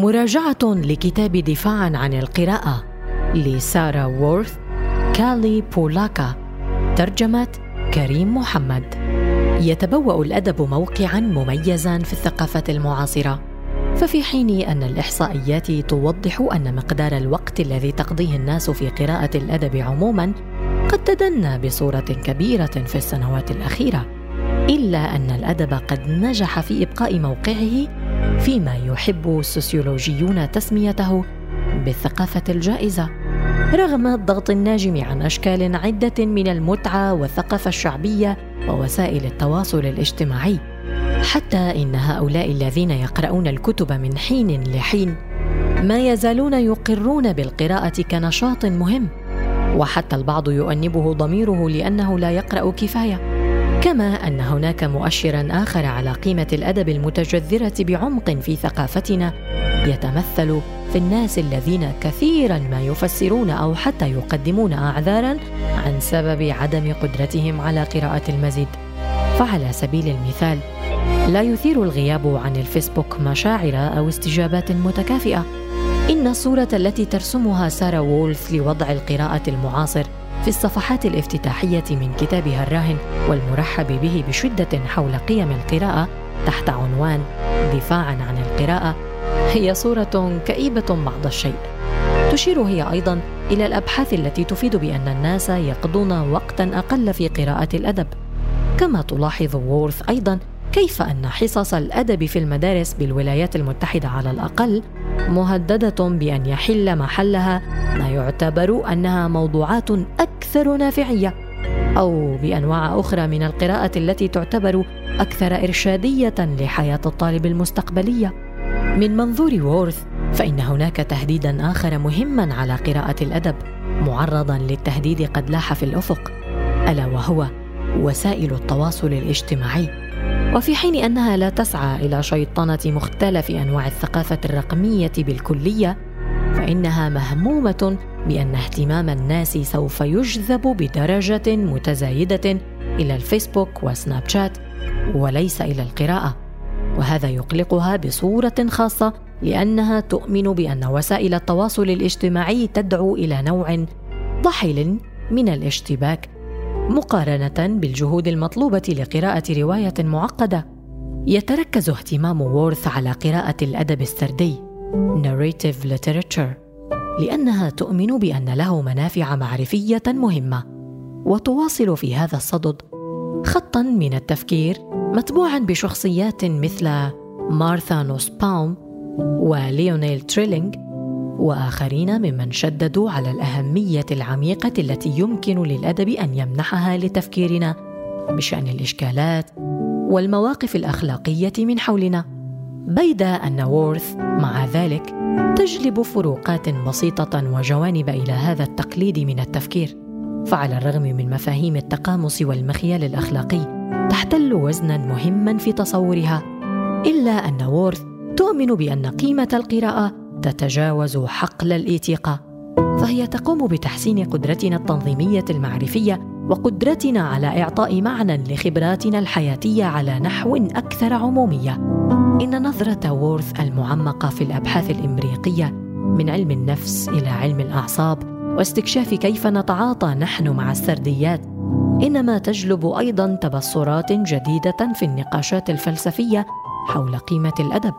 مراجعة لكتاب دفاعاً عن القراءة لسارة وورث، كالي بولاكا، ترجمة كريم محمد. يتبوأ الأدب موقعاً مميزاً في الثقافة المعاصرة، ففي حين أن الإحصائيات توضح أن مقدار الوقت الذي تقضيه الناس في قراءة الأدب عموماً قد تدنى بصورة كبيرة في السنوات الأخيرة، إلا أن الأدب قد نجح في إبقاء موقعه فيما يحب السوسيولوجيون تسميته بالثقافة الجائزة، رغم الضغط الناجم عن أشكال عدة من المتعة والثقافة الشعبية ووسائل التواصل الاجتماعي، حتى إن هؤلاء الذين يقرؤون الكتب من حين لحين ما يزالون يقرون بالقراءة كنشاط مهم، وحتى البعض يؤنبه ضميره لأنه لا يقرأ كفاية. كما أن هناك مؤشراً آخر على قيمة الأدب المتجذرة بعمق في ثقافتنا يتمثل في الناس الذين كثيراً ما يفسرون أو حتى يقدمون أعذاراً عن سبب عدم قدرتهم على قراءة المزيد. فعلى سبيل المثال، لا يثير الغياب عن الفيسبوك مشاعر أو استجابات متكافئة. إن الصورة التي ترسمها سارة وولث لوضع القراءة المعاصر في الصفحات الافتتاحية من كتابها الراهن والمرحب به بشدة حول قيم القراءة تحت عنوان دفاعاً عن القراءة هي صورة كئيبة بعض الشيء. تشير هي أيضاً إلى الأبحاث التي تفيد بأن الناس يقضون وقتاً أقل في قراءة الأدب. كما تلاحظ وورث أيضاً كيف أن حصص الأدب في المدارس بالولايات المتحدة على الأقل مهددة بأن يحل محلها ما يعتبر أنها موضوعات أكثر نافعية، أو بأنواع أخرى من القراءة التي تعتبر أكثر إرشادية لحياة الطالب المستقبلية. من منظور وورث، فإن هناك تهديداً آخر مهماً على قراءة الأدب معرضاً للتهديد قد لاح في الأفق، ألا وهو وسائل التواصل الاجتماعي. وفي حين أنها لا تسعى إلى شيطنة مختلف أنواع الثقافة الرقمية بالكلية، فإنها مهمومة بأن اهتمام الناس سوف يجذب بدرجة متزايدة إلى الفيسبوك وسناب شات وليس إلى القراءة، وهذا يقلقها بصورة خاصة لأنها تؤمن بأن وسائل التواصل الاجتماعي تدعو إلى نوع ضحل من الاشتباك مقارنة بالجهود المطلوبة لقراءة رواية معقدة. يتركز اهتمام وورث على قراءة الأدب السردي narrative literature لأنها تؤمن بأن له منافع معرفية مهمة، وتواصل في هذا الصدد خطاً من التفكير متبوعاً بشخصيات مثل مارثا نوسباوم وليونيل تريلينغ وآخرين ممن شددوا على الأهمية العميقة التي يمكن للأدب أن يمنحها لتفكيرنا بشأن الإشكالات والمواقف الأخلاقية من حولنا، بيد أن وورث مع ذلك تجلب فروقات بسيطة وجوانب إلى هذا التقليد من التفكير. فعلى الرغم من مفاهيم التقامص والمخيال الأخلاقي تحتل وزناً مهماً في تصورها، إلا أن وورث تؤمن بأن قيمة القراءة تتجاوز حقل الإيثاق، فهي تقوم بتحسين قدرتنا التنظيمية المعرفية وقدرتنا على إعطاء معنى لخبراتنا الحياتية على نحو أكثر عمومية. إن نظرة وورث المعمقة في الأبحاث الإمريقية من علم النفس إلى علم الأعصاب واستكشاف كيف نتعاطى نحن مع السرديات إنما تجلب أيضاً تبصرات جديدة في النقاشات الفلسفية حول قيمة الأدب.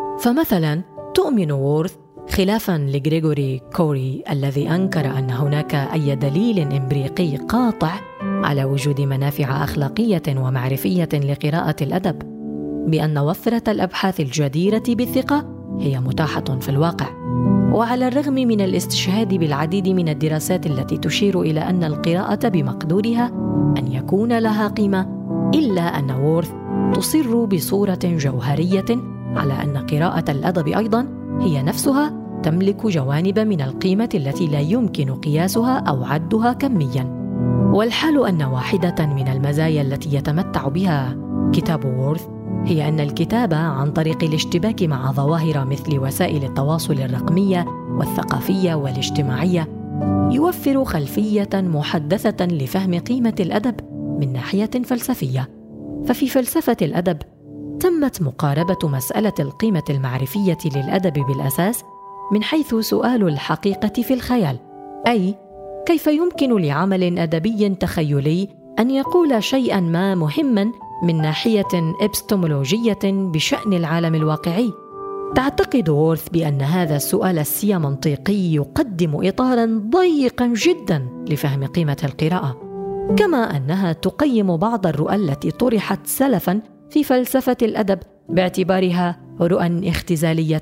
فمثلاً تؤمن وورث خلافاً لغريغوري كوري الذي أنكر أن هناك أي دليل إمبريقي قاطع على وجود منافع أخلاقية ومعرفية لقراءة الأدب، بأن وفرة الأبحاث الجديرة بالثقة هي متاحة في الواقع. وعلى الرغم من الاستشهاد بالعديد من الدراسات التي تشير إلى أن القراءة بمقدورها أن يكون لها قيمة، إلا أن وورث تصر بصورة جوهرية على أن قراءة الأدب أيضاً هي نفسها تملك جوانب من القيمة التي لا يمكن قياسها أو عدها كمياً. والحال أن واحدة من المزايا التي يتمتع بها كتاب وورث هي أن الكتابة عن طريق الاشتباك مع ظواهر مثل وسائل التواصل الرقمية والثقافية والاجتماعية يوفر خلفية محدثة لفهم قيمة الأدب من ناحية فلسفية. ففي فلسفة الأدب تمت مقاربة مسألة القيمة المعرفية للأدب بالأساس من حيث سؤال الحقيقة في الخيال، أي كيف يمكن لعمل أدبي تخيلي أن يقول شيئاً ما مهماً من ناحية إبستمولوجية بشأن العالم الواقعي. تعتقد وورث بأن هذا السؤال السيمنطيقي يقدم إطاراً ضيقاً جداً لفهم قيمة القراءة، كما أنها تقيم بعض الرؤى التي طرحت سلفاً في فلسفة الأدب باعتبارها رؤى اختزالية،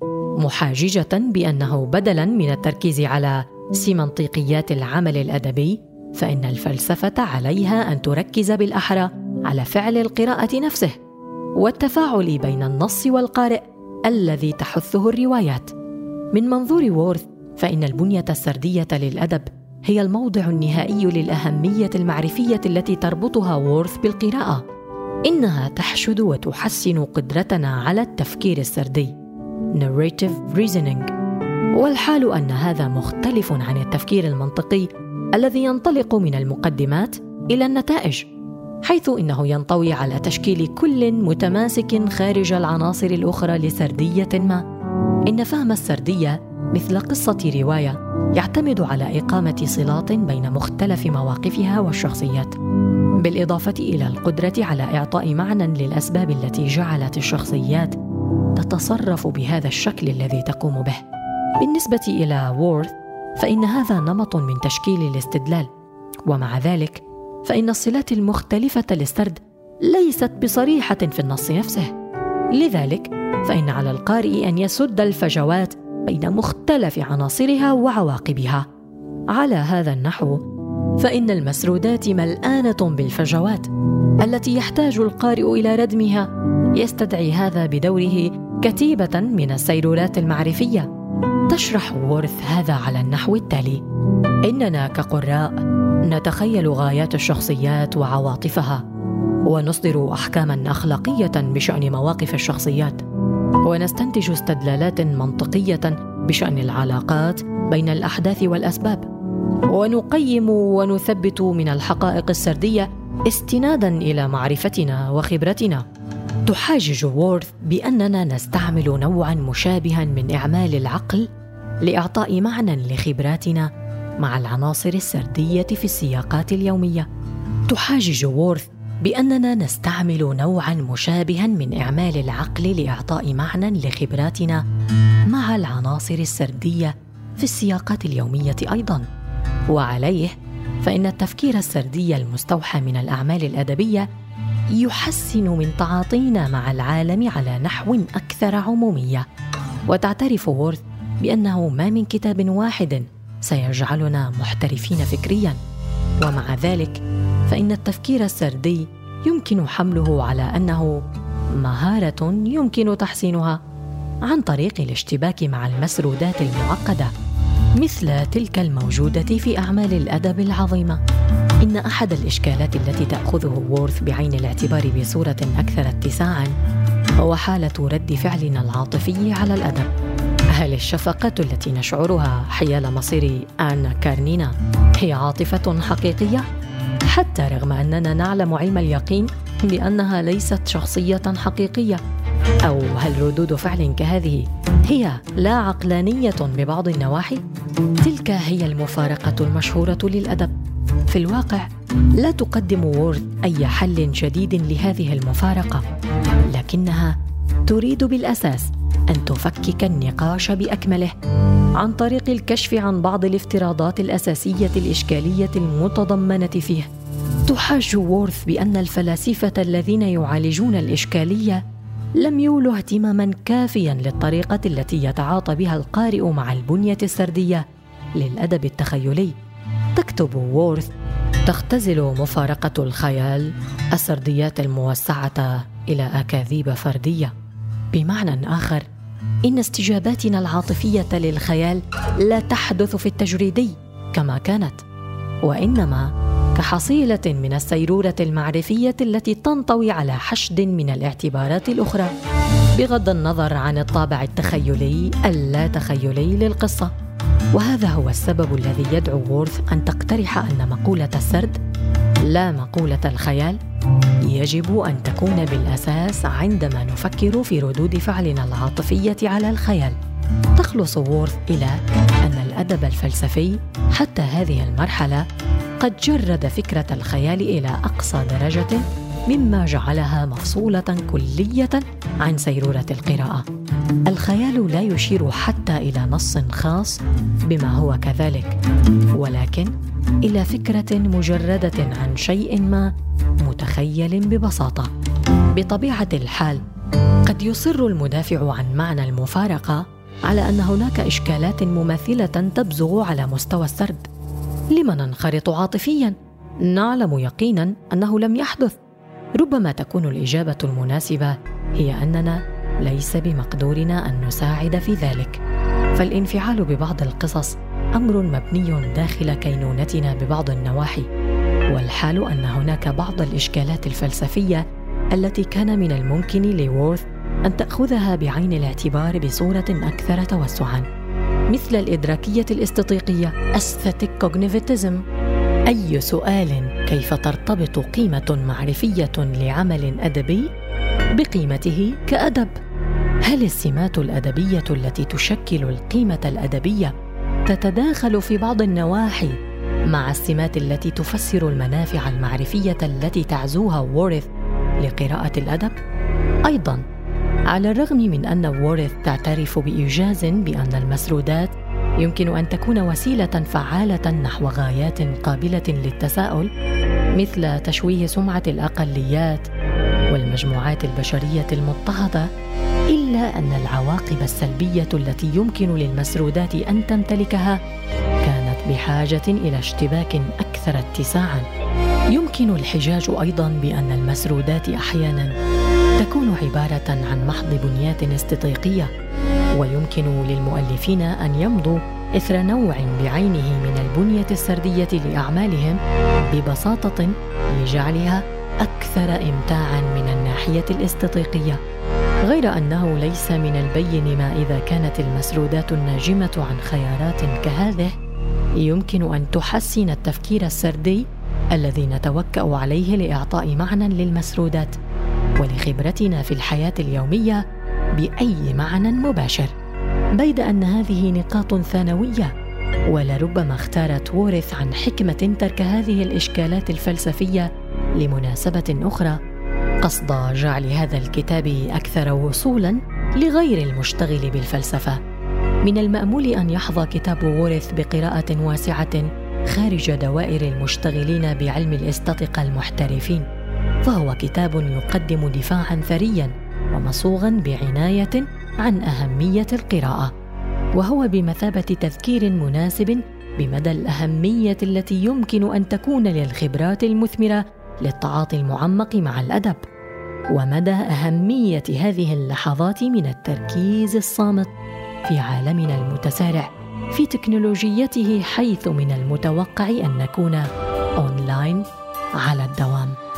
محاججة بأنه بدلاً من التركيز على سيمنطيقيات العمل الأدبي، فإن الفلسفة عليها أن تركز بالأحرى على فعل القراءة نفسه والتفاعل بين النص والقارئ الذي تحثه الروايات. من منظور وورث، فإن البنية السردية للأدب هي الموضع النهائي للأهمية المعرفية التي تربطها وورث بالقراءة. إنها تحشد وتحسن قدرتنا على التفكير السردي narrative reasoning، والحال أن هذا مختلف عن التفكير المنطقي الذي ينطلق من المقدمات إلى النتائج، حيث إنه ينطوي على تشكيل كل متماسك خارج العناصر الأخرى لسردية ما. إن فهم السردية مثل قصة رواية يعتمد على إقامة صلات بين مختلف مواقفها والشخصيات، بالإضافة إلى القدرة على إعطاء معنى للأسباب التي جعلت الشخصيات تتصرف بهذا الشكل الذي تقوم به. بالنسبة إلى وورث، فإن هذا نمط من تشكيل الاستدلال، ومع ذلك فإن الصلات المختلفة للسرد ليست بصريحة في النص نفسه، لذلك فإن على القارئ أن يسد الفجوات بين مختلف عناصرها وعواقبها. على هذا النحو فإن المسرودات ملآنة بالفجوات التي يحتاج القارئ إلى ردمها. يستدعي هذا بدوره كتيبة من السيرورات المعرفية. تشرح وورث هذا على النحو التالي: إننا كقراء نتخيل غايات الشخصيات وعواطفها، ونصدر أحكاماً أخلاقية بشأن مواقف الشخصيات، ونستنتج استدلالات منطقية بشأن العلاقات بين الأحداث والأسباب، ونقيم ونثبت من الحقائق السردية استناداً إلى معرفتنا وخبرتنا. تحاجج وورث بأننا نستعمل نوعاً مشابهاً من إعمال العقل لإعطاء معنى لخبراتنا مع العناصر السردية في السياقات اليومية. تحاجج وورث بأننا نستعمل نوعاً مشابهاً من إعمال العقل لإعطاء معنى لخبراتنا مع العناصر السردية في السياقات اليومية أيضاً. وعليه فإن التفكير السردي المستوحى من الأعمال الأدبية يحسن من تعاطينا مع العالم على نحو أكثر عمومية. وتعترف وورث بأنه ما من كتاب واحد سيجعلنا محترفين فكرياً، ومع ذلك فإن التفكير السردي يمكن حمله على أنه مهارة يمكن تحسينها عن طريق الاشتباك مع المسرودات المعقدة مثل تلك الموجودة في أعمال الأدب العظيمة. إن أحد الإشكالات التي تأخذه وورث بعين الاعتبار بصورة أكثر اتساعاً هو حالة رد فعلنا العاطفي على الأدب. هل الشفقة التي نشعرها حيال مصير آنا كارنينا هي عاطفة حقيقية؟ حتى رغم أننا نعلم علم اليقين بأنها ليست شخصية حقيقية؟ أو هل ردود فعل كهذه هي لا عقلانية ببعض النواحي؟ تلك هي المفارقة المشهورة للأدب. في الواقع لا تقدم وورث أي حل جديد لهذه المفارقة، لكنها تريد بالأساس أن تفكك النقاش بأكمله عن طريق الكشف عن بعض الافتراضات الأساسية الإشكالية المتضمنة فيه. تحاج وورث بأن الفلاسفة الذين يعالجون الإشكالية لم يولوا اهتماماً كافياً للطريقة التي يتعاطى بها القارئ مع البنية السردية للأدب التخيلي. تكتب وورث: تختزل مفارقة الخيال السرديات الموسعة إلى أكاذيب فردية. بمعنى آخر، إن استجاباتنا العاطفية للخيال لا تحدث في التجريدي كما كانت، وإنما كحصيلة من السيرورة المعرفية التي تنطوي على حشد من الاعتبارات الأخرى بغض النظر عن الطابع التخيلي اللا تخيلي للقصة. وهذا هو السبب الذي يدعو وورث أن تقترح أن مقولة السرد لا مقولة الخيال يجب أن تكون بالأساس عندما نفكر في ردود فعلنا العاطفية على الخيال. تخلص وورث إلى أن الأدب الفلسفي حتى هذه المرحلة قد جرد فكرة الخيال إلى أقصى درجة، مما جعلها مفصولة كلية عن سيرورة القراءة. الخيال لا يشير حتى إلى نص خاص بما هو كذلك، ولكن إلى فكرة مجردة عن شيء ما متخيل ببساطة. بطبيعة الحال قد يصر المدافع عن معنى المفارقة على أن هناك إشكالات مماثلة تبزغ على مستوى السرد. لما ننخرط عاطفياً؟ نعلم يقيناً أنه لم يحدث. ربما تكون الإجابة المناسبة هي أننا ليس بمقدورنا أن نساعد في ذلك، فالانفعال ببعض القصص أمر مبني داخل كينونتنا ببعض النواحي، والحال أن هناك بعض الإشكالات الفلسفية التي كان من الممكن لوورث أن تأخذها بعين الاعتبار بصورة أكثر توسعاً، مثل الإدراكية الاستطيقية aesthetic cognitivism. أي سؤال كيف ترتبط قيمة معرفية لعمل أدبي بقيمته كأدب؟ هل السمات الأدبية التي تشكل القيمة الأدبية تتداخل في بعض النواحي مع السمات التي تفسر المنافع المعرفية التي تعزوها وورث لقراءة الأدب؟ أيضاً، على الرغم من أن وورث تعترف بإيجاز بأن المسرودات يمكن أن تكون وسيلة فعالة نحو غايات قابلة للتساؤل، مثل تشويه سمعة الأقليات والمجموعات البشرية المضطهدة، إلا أن العواقب السلبية التي يمكن للمسرودات أن تمتلكها كانت بحاجة إلى اشتباك أكثر اتساعاً. يمكن الحجاج أيضاً بأن المسرودات أحياناً تكون عبارة عن محض بنيات استطيقية، ويمكن للمؤلفين أن يمضوا إثر نوع بعينه من البنية السردية لأعمالهم ببساطة لجعلها أكثر إمتاعاً من الناحية الاستطيقية، غير أنه ليس من البين ما إذا كانت المسرودات الناجمة عن خيارات كهذه يمكن أن تحسن التفكير السردي الذي نتوكأ عليه لإعطاء معنى للمسرودات ولخبرتنا في الحياة اليومية بأي معنى مباشر، بيد أن هذه نقاط ثانوية. ولربما اختارت وورث عن حكمة ترك هذه الإشكالات الفلسفية لمناسبة أخرى، قصد جعل هذا الكتاب أكثر وصولاً لغير المشتغل بالفلسفة. من المأمول أن يحظى كتاب وورث بقراءة واسعة خارج دوائر المشتغلين بعلم الاستاتيقا المحترفين، فهو كتاب يقدم دفاعاً ثرياً ومصوغاً بعناية عن أهمية القراءة، وهو بمثابة تذكير مناسب بمدى الأهمية التي يمكن أن تكون للخبرات المثمرة للتعاطي المعمق مع الأدب، ومدى أهمية هذه اللحظات من التركيز الصامت في عالمنا المتسارع في تكنولوجيته، حيث من المتوقع أن نكون أونلاين على الدوام.